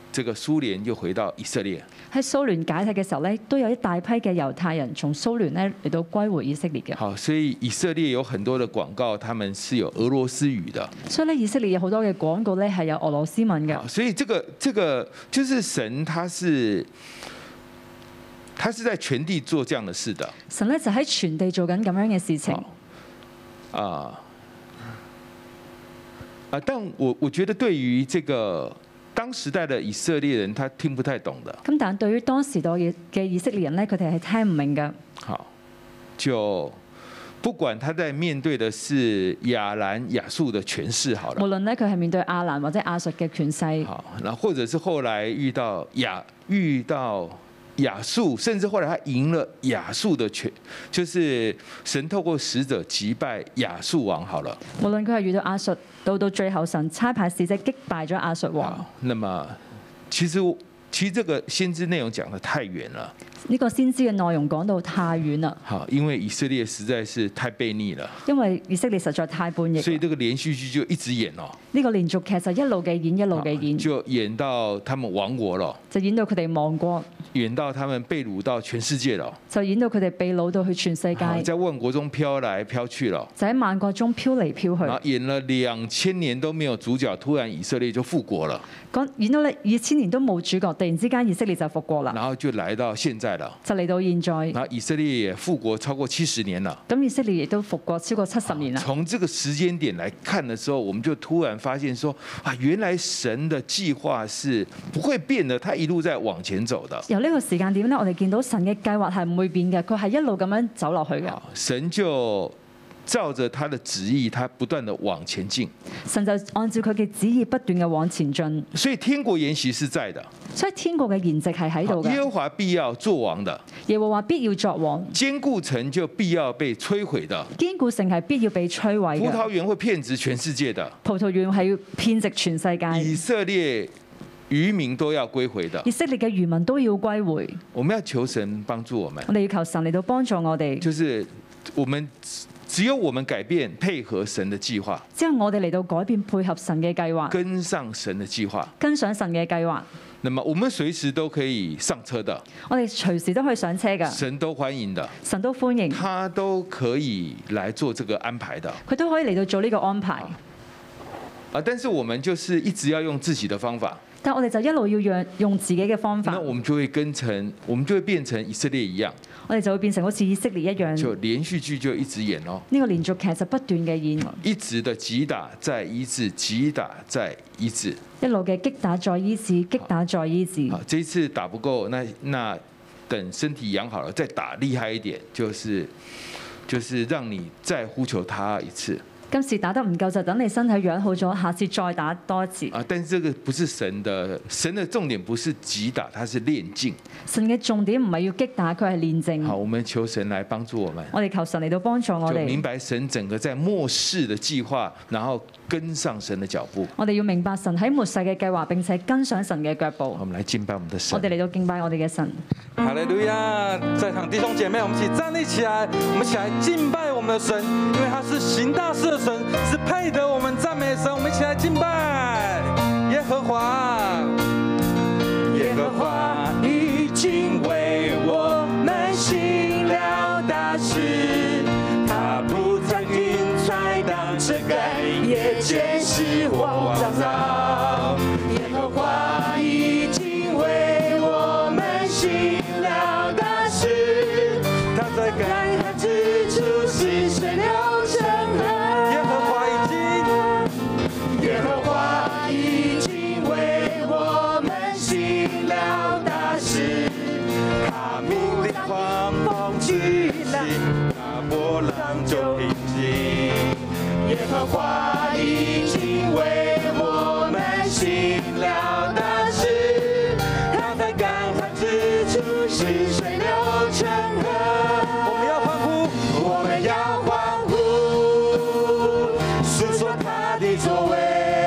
Speaker 2: 這個蘇聯又回到以色列。
Speaker 3: 喺蘇聯解體嘅時候咧，都有一大批嘅猶太人從蘇聯咧嚟到歸回以色列嘅。
Speaker 2: 好，所以以色列有很多嘅廣告，他們是有俄羅斯語的。
Speaker 3: 所以咧，以色列有好多嘅廣告咧係有俄羅斯文嘅。
Speaker 2: 所以這個就是神，他是在全地做這樣的事的。
Speaker 3: 神咧就喺全地做緊咁樣嘅事情。
Speaker 2: 但我覺得對於這個當時代的以色列人，他聽不太懂的。
Speaker 3: 咁但對於當時代嘅以色列人咧，佢哋係聽唔明嘅。
Speaker 2: 好，就不管他在面對的是亞蘭亞述的權勢，好了。
Speaker 3: 無論咧佢係面對亞蘭或者亞述嘅權勢。
Speaker 2: 好，那或者是後來遇到亞述，甚至後來他贏了亞述的權，就是神透過使者擊敗亞述王。好了，
Speaker 3: 無論佢係遇到亞述，到最後神差派使者擊敗咗亞述王。
Speaker 2: 那麼其實這個先知內容講得太遠了。
Speaker 3: 呢個先知嘅內容講到太遠啦。
Speaker 2: 好，因為以色列實在是太悖逆了。
Speaker 3: 因為以色列實在太叛逆。
Speaker 2: 所以這個連續劇就一直演咯。
Speaker 3: 呢個連續劇就一路嘅演，一路嘅演。
Speaker 2: 就演到他們亡國咯。
Speaker 3: 就演到佢哋亡國。
Speaker 2: 演到他們被擄到全世界咯。
Speaker 3: 就演到佢哋被擄到去全世界。
Speaker 2: 在萬國中飄來飄去咯。
Speaker 3: 就喺萬國中飄嚟飄去。
Speaker 2: 然後演了2000年都沒有主角，突然以色列就復國了。
Speaker 3: 演到2000年都冇主角，突然之間以色列就復國啦。
Speaker 2: 然後就來到現在了。
Speaker 3: 就嚟到現在。
Speaker 2: 然後以色列也復國超過70年了。
Speaker 3: 咁以色列亦都復國超過70年啦。
Speaker 2: 從這個時間點來看的時候，我們就突然發現說，原來神的計劃是不會變的，他一路在往前走的。
Speaker 3: 由呢個時間點呢，我哋見到神嘅計劃係唔會變嘅，佢係一路咁樣走落去嘅。
Speaker 2: 神就照着他的旨意，他不斷的往前進。
Speaker 3: 神就按照佢嘅旨意不斷嘅往前進。
Speaker 2: 所以天國筵席是在的。
Speaker 3: 所以天國嘅筵席係喺度嘅。
Speaker 2: 耶和華必要作王的。
Speaker 3: 耶和華必要作王。
Speaker 2: 堅固城就必要被摧毀的。
Speaker 3: 堅固城係必要被摧毀嘅。
Speaker 2: 葡萄園會遍植全世界的。
Speaker 3: 葡萄園係要遍植全世界。
Speaker 2: 以色列餘民都要歸回的。
Speaker 3: 以色列嘅餘民都要歸回。
Speaker 2: 我們要求神幫助我們。
Speaker 3: 我哋要求神嚟到幫助我哋。
Speaker 2: 就是我們。只有我們改變配合神的計劃，
Speaker 3: 之後我哋嚟到改變配合神嘅計劃，
Speaker 2: 跟上神的計劃，
Speaker 3: 跟上神嘅計劃。
Speaker 2: 那麼我們隨時都可以上車的，
Speaker 3: 我哋隨時都可以上車㗎，
Speaker 2: 神都歡迎的，
Speaker 3: 神都歡迎，
Speaker 2: 他都可以來做這個安排的，
Speaker 3: 佢都可以嚟到做呢個安排。
Speaker 2: 但是我們就是一直要用自己的方法。
Speaker 3: 但我哋就一路要用自己嘅方法，
Speaker 2: 那我們就會變成以色列一樣，
Speaker 3: 我哋就會變成好似以色列一樣，
Speaker 2: 就連續劇就一直演咯。
Speaker 3: 呢個連續劇就不斷嘅演，
Speaker 2: 一直的擊打再醫治，擊打再醫治，
Speaker 3: 一路嘅擊打再醫治，擊打再醫治。
Speaker 2: 好，這一次打不夠，那等身體養好了再打厲害一點，就是讓你再呼求他一次。
Speaker 3: 今次打得唔夠就等你身體養好咗，下次再打多一次。
Speaker 2: 但是這個不是神的重點，不是擊打，它是練淨。
Speaker 3: 神嘅重點唔係要擊打，佢係練淨。
Speaker 2: 好，我們求神來幫助我們。
Speaker 3: 我哋求神嚟到幫助我哋。
Speaker 2: 就明白神整個在末世的計劃，然後跟上神的腳步。
Speaker 3: 我哋要明白神喺末世嘅計劃，並且跟上神嘅腳步。
Speaker 2: 我們來敬拜我們的神。
Speaker 3: 我哋嚟到敬拜我哋嘅神。
Speaker 4: 哈利路亞！在場弟兄姐妹，我們一起站立起來，我們一起來敬拜我們的神，因為他是行大事的神，是配得我們讚美的神。我們一起來敬拜耶和華。耶和華已經為我們行了大事，他不再雲彩當遮蓋，夜間是我掌造。耶和華已經為我們行了大事，他在乾旱之處使水流成河。耶和華已經為我們行了大事，他命令狂風去息，那波浪就平靜。耶和華已經為我們行了大事，他在乾旱之處使水流成河。我們要歡呼，我們要歡呼，訴說他的作為。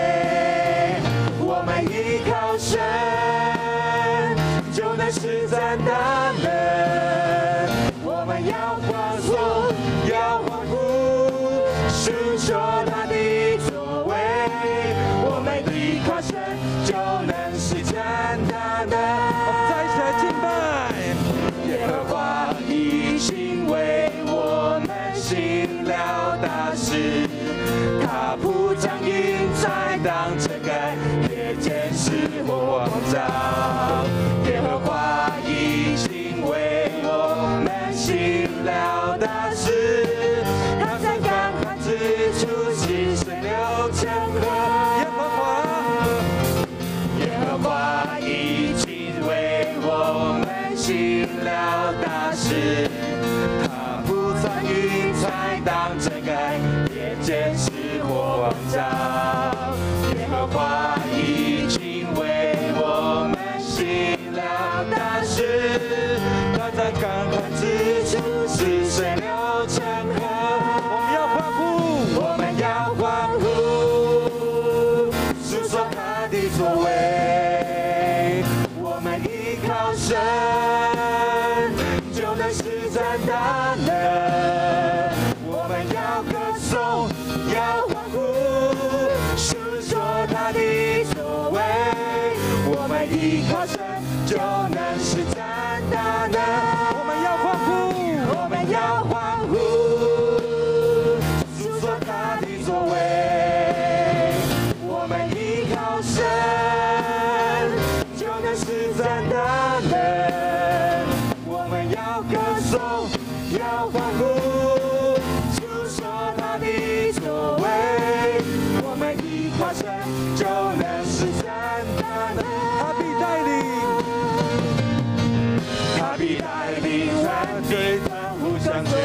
Speaker 4: 我們依靠神，就能施展大能。我們要歡呼，要歡呼，訴說他的作為。我們依靠神，就能施展
Speaker 5: 將雲彩當遮蓋，夜間是我光照。耶和華已經為我們行了大事，他在乾旱之處使水流成河。耶和華已經為我們行了大事，他不將雲彩當遮蓋，夜間是我光照。耶和華已經為我們行了大事，他在乾旱之處使水流成河。我們要歡呼，述說他的作為。我們依靠神，就能施展大能。我們要歌頌，要歡呼，述說他的作為。我們依靠神，就能施展大能。我們要歡呼，我們要歡呼，述說他的作為。我們依靠神，就能施展大能。我們要歌頌，要歡呼，述說他的作為。我們依靠神，就能施展大能。他必帶領，他必帶領團隊團互相追。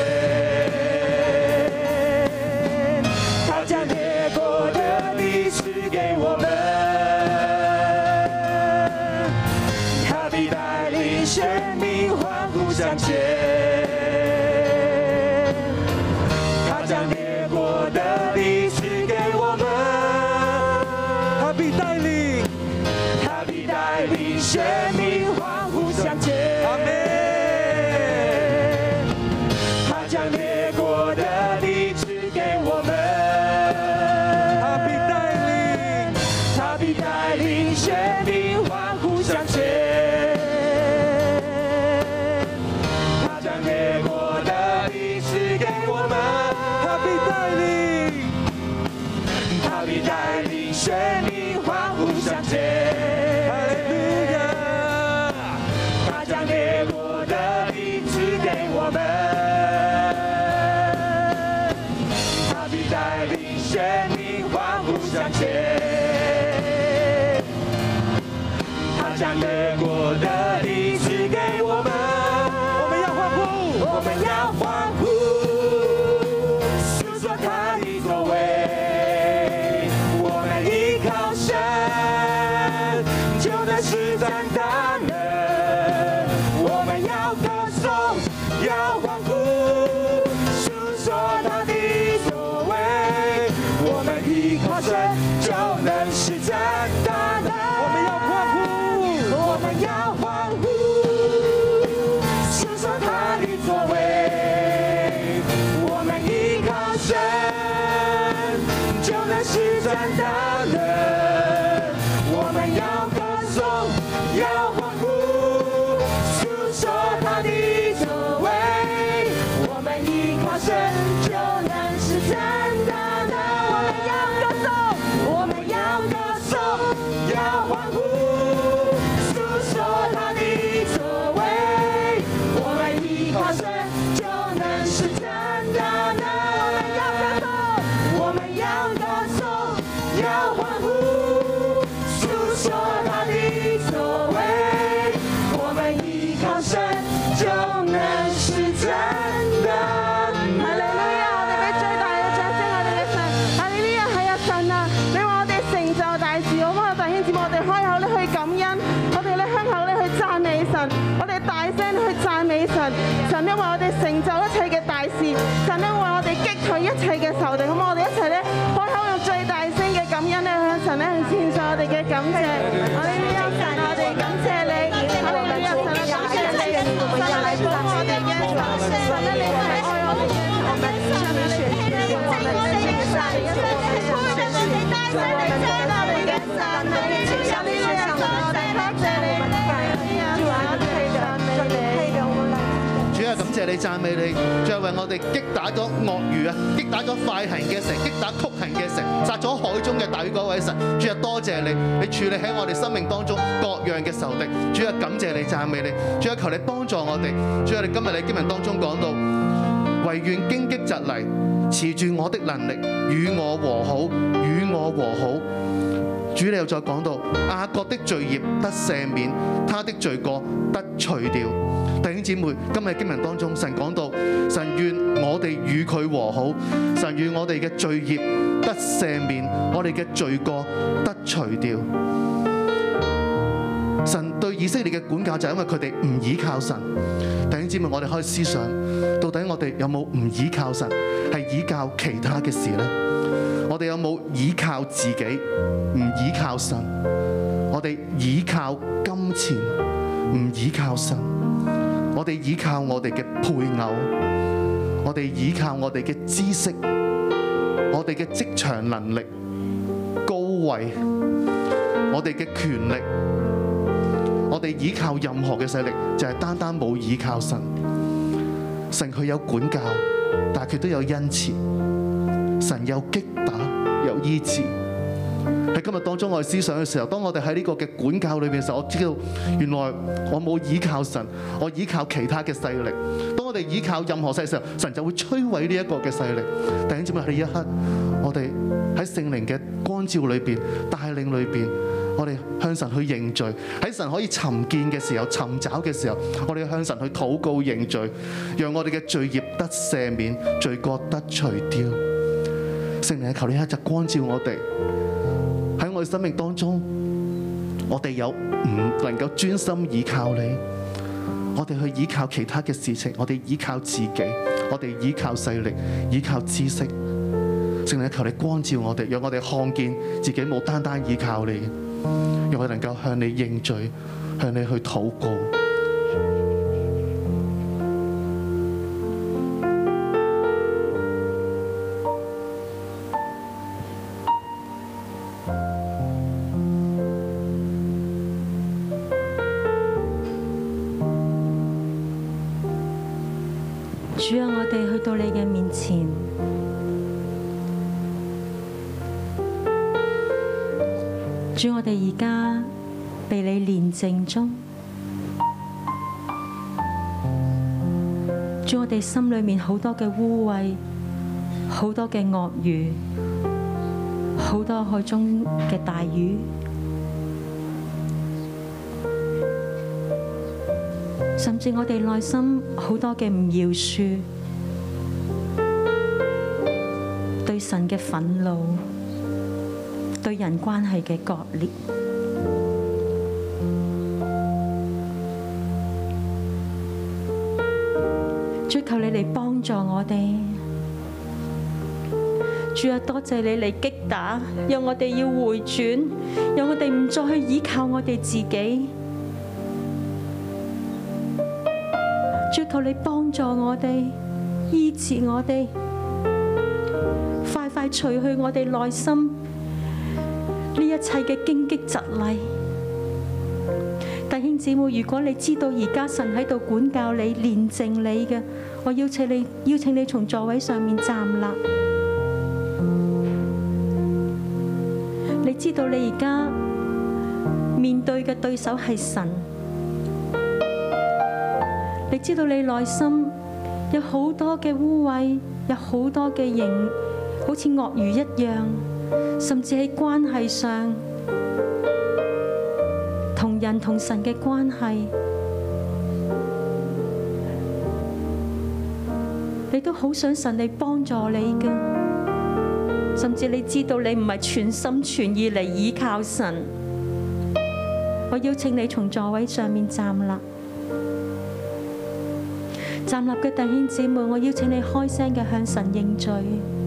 Speaker 5: 他將列國的地賜給我們，他必帶領選民歡呼向前。他將列國的地賜給我們，他必帶領，他必帶領選民歡呼向前。阿們。他將列國的地賜給我們，他必帶領，他必帶領選民歡呼向前。他將列國的地賜給我們，他必帶領，他必帶領選民歡呼向前。哈利路亞！他將列國的地賜給我們，他必帶領選民歡呼向前。他將列國的地賜給我們，我們要歡呼，我們要歡呼，述說他的作為。我們依靠神，就能施展大能。我們要歌頌，要歡呼，述說他的作為。我們依靠神，就能施展大能。我們要歡呼，我們要歡呼，述說他的作為。我們依靠神，就能施展大能。我們要歌頌，要歡呼，述說他的作為。我們依靠神，就能施展大能。我們要歌頌，要歡呼，述說他的作為。我們依靠神，就能施展大能。我們要歌頌，要歡呼，述說他的作為。我們依靠神，就能施展大能。
Speaker 6: 哈利路亞！我哋俾最大嘅掌聲，我哋嘅神。哈利路亞！係啊，神啊，你話我哋成就大事，好唔好？弟兄姊妹，我哋開口咧去感恩，我哋咧開口咧去讚美神，我哋大聲去讚美神。神咧為我哋成就一切嘅大事，神咧為我哋擊退一切嘅仇敵，好唔好？我哋一齊咧開口用最大聲嘅感恩咧向神咧去獻上我哋嘅感謝。哈利路亞！神，我哋感謝你，哈利路亞！神，感謝你，神嚟幫我哋嘅神咧，你係愛我哋嘅我們上面選我們嘅神，我哋嘅神，我哋大聲嚟讚我哋嘅神，哈利路亞！神，我哋多謝你，主啊，我哋感謝你。
Speaker 7: 主啊，感謝謝你讚美你，主啊為我哋擊打咗鱷魚啊，擊打咗快行嘅蛇，擊打曲行嘅蛇，殺咗海中嘅大魚嗰位神，主啊多謝你，你處理喺我哋生命當中各樣嘅仇敵，主啊感謝你讚美你，主啊求你幫助我哋，主啊你今日你經文當中講到，惟願荊棘蒺藜，持住我的能力與我和好，與我和好。主你又再講到雅各的罪孽得赦免，他的罪過得除掉。弟兄姊妹，今日經文當中神講到，神願我哋與佢和好，神願我哋嘅罪孽得赦免，我哋嘅罪過得除掉。神對以色列嘅管教就係因為佢哋唔倚靠神。弟兄姊妹，我哋可以思想，到底我哋有冇唔倚靠神，係倚靠其他嘅事呢？我哋有冇倚靠自己，唔倚靠神？我哋倚靠金錢，唔倚靠神。我哋倚靠我哋嘅配偶，我哋倚靠我哋嘅知識，我哋嘅職場能力、高位，我哋嘅權力，我哋倚靠任何嘅勢力，就係單單冇倚靠神。神佢有管教，但係佢都有恩慈。神有擊打，有醫治。喺今日當中我哋思想嘅時候，當我哋喺呢個嘅管教裏邊嘅時候，我知道原來我冇倚靠神，我倚靠其他嘅勢力。當我哋倚靠任何勢力嘅時候，神就會摧毀呢一個嘅勢力。弟兄姊妹，喺呢一刻，我哋喺聖靈嘅光照裏邊、帶領裏邊，我哋向神去認罪。喺神可以尋見嘅時候、尋找嘅時候，我哋向神去禱告認罪，讓我哋嘅罪孽得赦免，罪過得除掉。聖靈，求你一直光照我哋，喺我哋生命當中，我哋有唔能夠專心倚靠你，我哋去倚靠其他嘅事情，我哋倚靠自己，我哋倚靠勢力，倚靠知識。聖靈，求你光照我哋，讓我哋看見自己冇單單倚靠你，讓我哋能夠向你認罪，向你去禱告。
Speaker 8: 主啊，我哋去到你嘅面前，主，我哋而家被你煉淨中，主，我哋心裏面好多嘅污穢，好多嘅鱷魚，好多海中嘅大魚，甚至我哋內心好多嘅唔饒恕，對神嘅憤怒，對人關係嘅割裂。主，求你嚟幫助我哋。主啊，多謝你嚟擊打，讓我哋要回轉，讓我哋唔再去依靠我哋自己。主，求你幫助我哋，醫治我哋，快快除去我哋內心呢一切嘅荊棘蒺藜。弟兄姊妹，如果你知道而家神喺度管教你、煉淨你嘅，我邀請你從座位上面站立。你知道你而家面對嘅對手係神。你知道你內心有好多嘅污穢，有好多嘅形，好似鱷魚一樣，甚至喺關係上，同人同神嘅關係，你都好想神嚟幫助你嘅，甚至你知道你唔係全心全意嚟依靠神。我邀請你從座位上面站立。站立嘅弟兄姊妹，我邀請你開聲嘅向神認罪，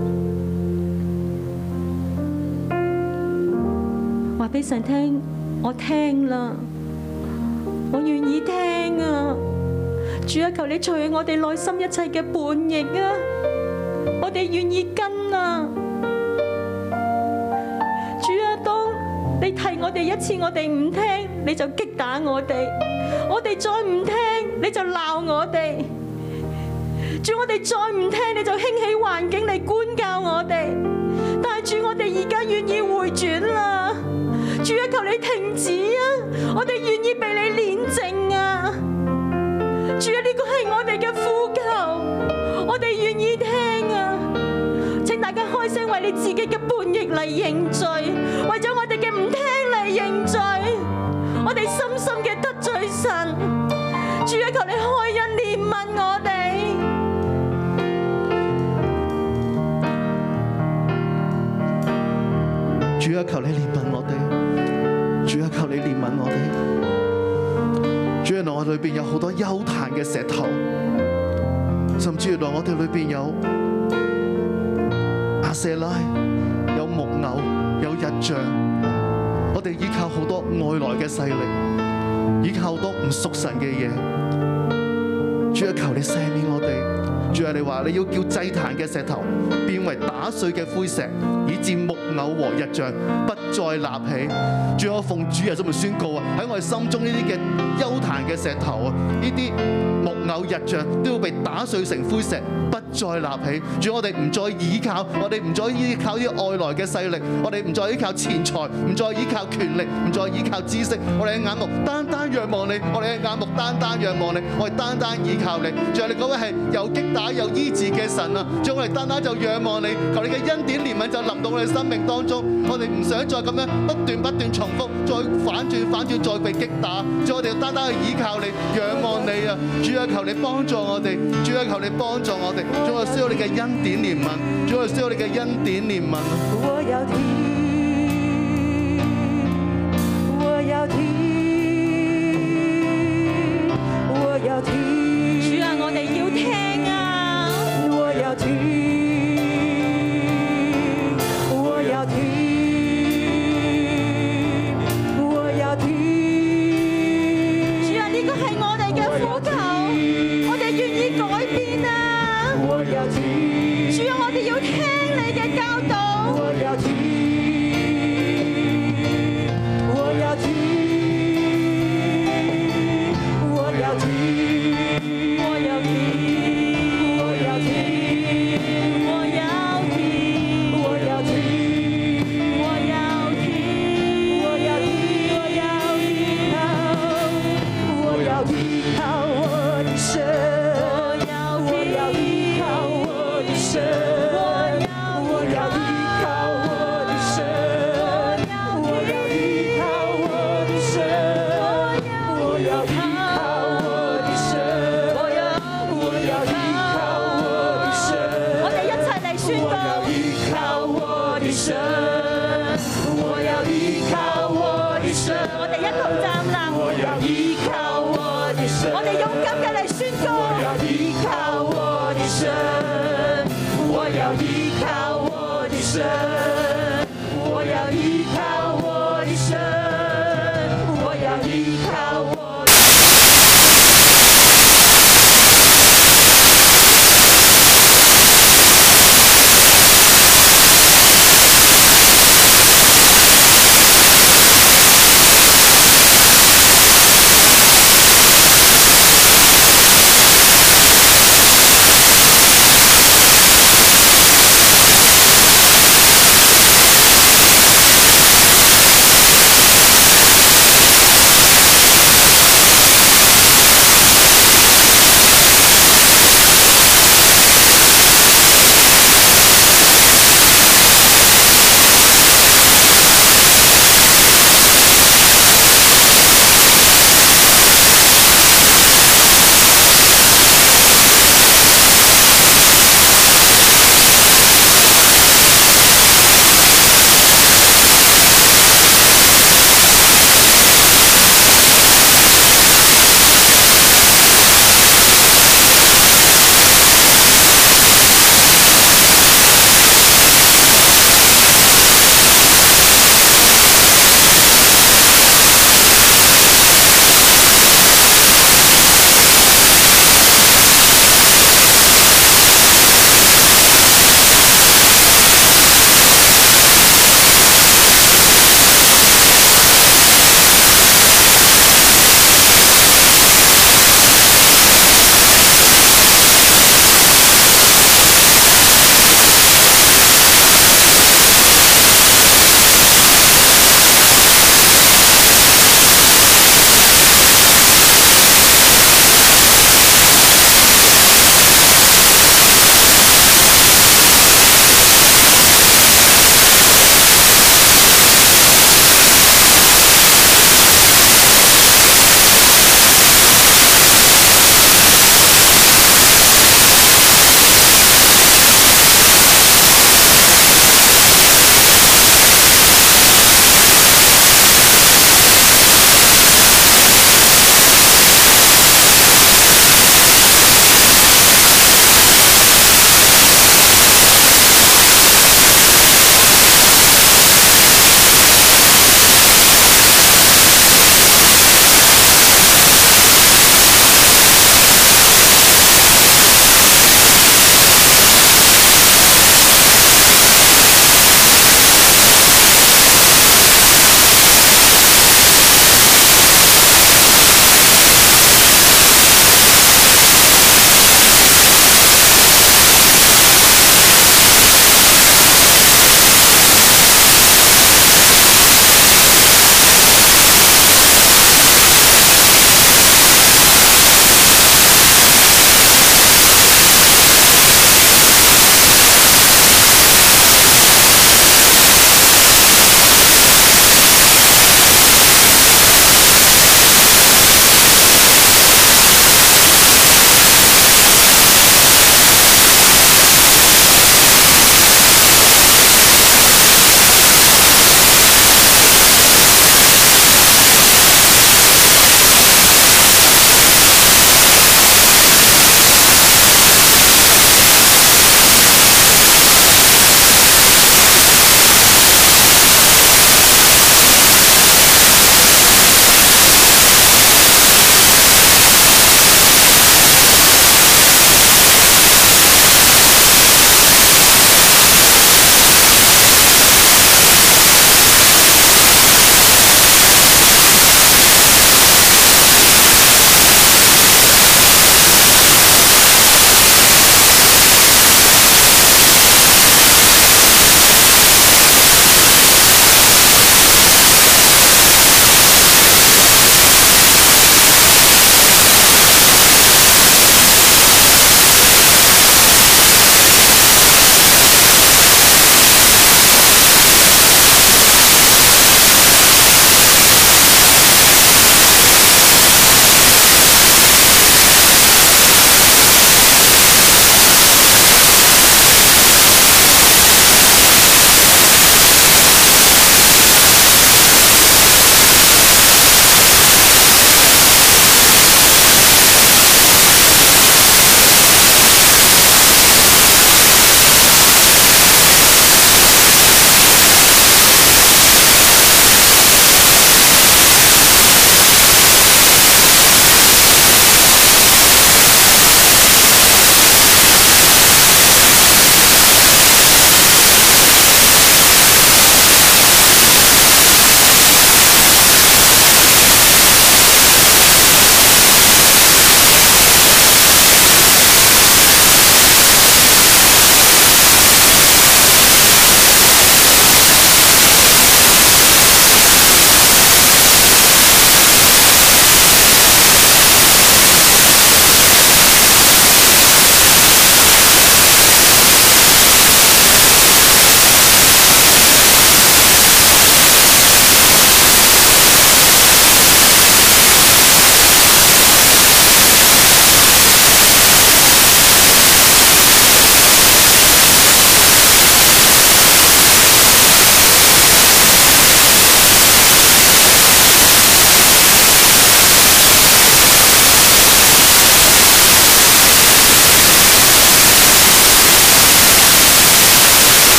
Speaker 8: 話俾神聽，我聽啦，我願意聽啊！主啊，求你除去我哋內心一切嘅叛逆啊！我哋願意跟啊！主啊，當你提我哋一次，我哋唔聽，你就擊打我哋；我哋再唔聽，你就鬧我哋。 主，我哋再唔聽，你就興起環境嚟管教我哋。但係主，我哋而家願意回轉啦。主啊，求你停止啊！我哋願意被你煉淨啊！主啊，呢個係我哋嘅呼求，我哋願意聽啊！請大家開聲為你自己嘅叛逆嚟認罪，為咗我哋嘅唔聽嚟認罪，我哋深深嘅得罪神。主啊，求你開恩憐憫我哋。
Speaker 7: 主啊，求你憐憫我哋。主啊，求你憐憫我哋。主，原來我哋裏邊有好多邱壇嘅石頭，甚至原來我哋裏邊有亞舍拉、有木偶、有日像，我哋依靠好多外來嘅勢力，依靠好多唔屬神嘅嘢。主啊，求你赦免我哋。主啊，你話你要叫祭壇嘅石頭變為打碎嘅灰石，以致木偶和日像不再立起。主啊，我奉主耶穌宣告啊，喺我哋心中呢啲嘅邱壇嘅石頭啊，呢啲木偶日像都要被打碎成灰石，不再立起。主，我哋唔再依靠，我哋唔再依靠啲外來嘅勢力，我哋唔再依靠錢財，唔再依靠權力，唔再依靠知識，我哋嘅眼目單單仰望你，我哋嘅眼目單單仰望你，我哋單單依靠你。主啊，你嗰位係有擊打有醫治嘅神啊！主，我哋單單就仰望你，求你嘅恩典憐憫就臨到我哋生命當中。我哋唔想再咁樣不斷重複，再反轉再被擊打。主，我哋單單去依靠你，仰望你啊！主啊，求你幫助我哋，主啊，求你幫助我哋。主，我需要你嘅恩典憐憫，主，我需要你嘅恩典憐憫。
Speaker 5: 我要聽，我要聽，我要聽。
Speaker 8: 主啊，我哋要聽啊！
Speaker 5: 我要聽，我要聽，我要聽。
Speaker 8: 主啊，呢個係我哋嘅呼求，我哋願意改變啊！
Speaker 5: 我要聽，
Speaker 8: 主啊，我哋要聽你嘅教導。
Speaker 5: 我要聽，我要聽，我要聽，我要聽。
Speaker 8: 我哋勇敢嘅嚟宣告。
Speaker 5: 我要依靠我的神，我要依靠我的神。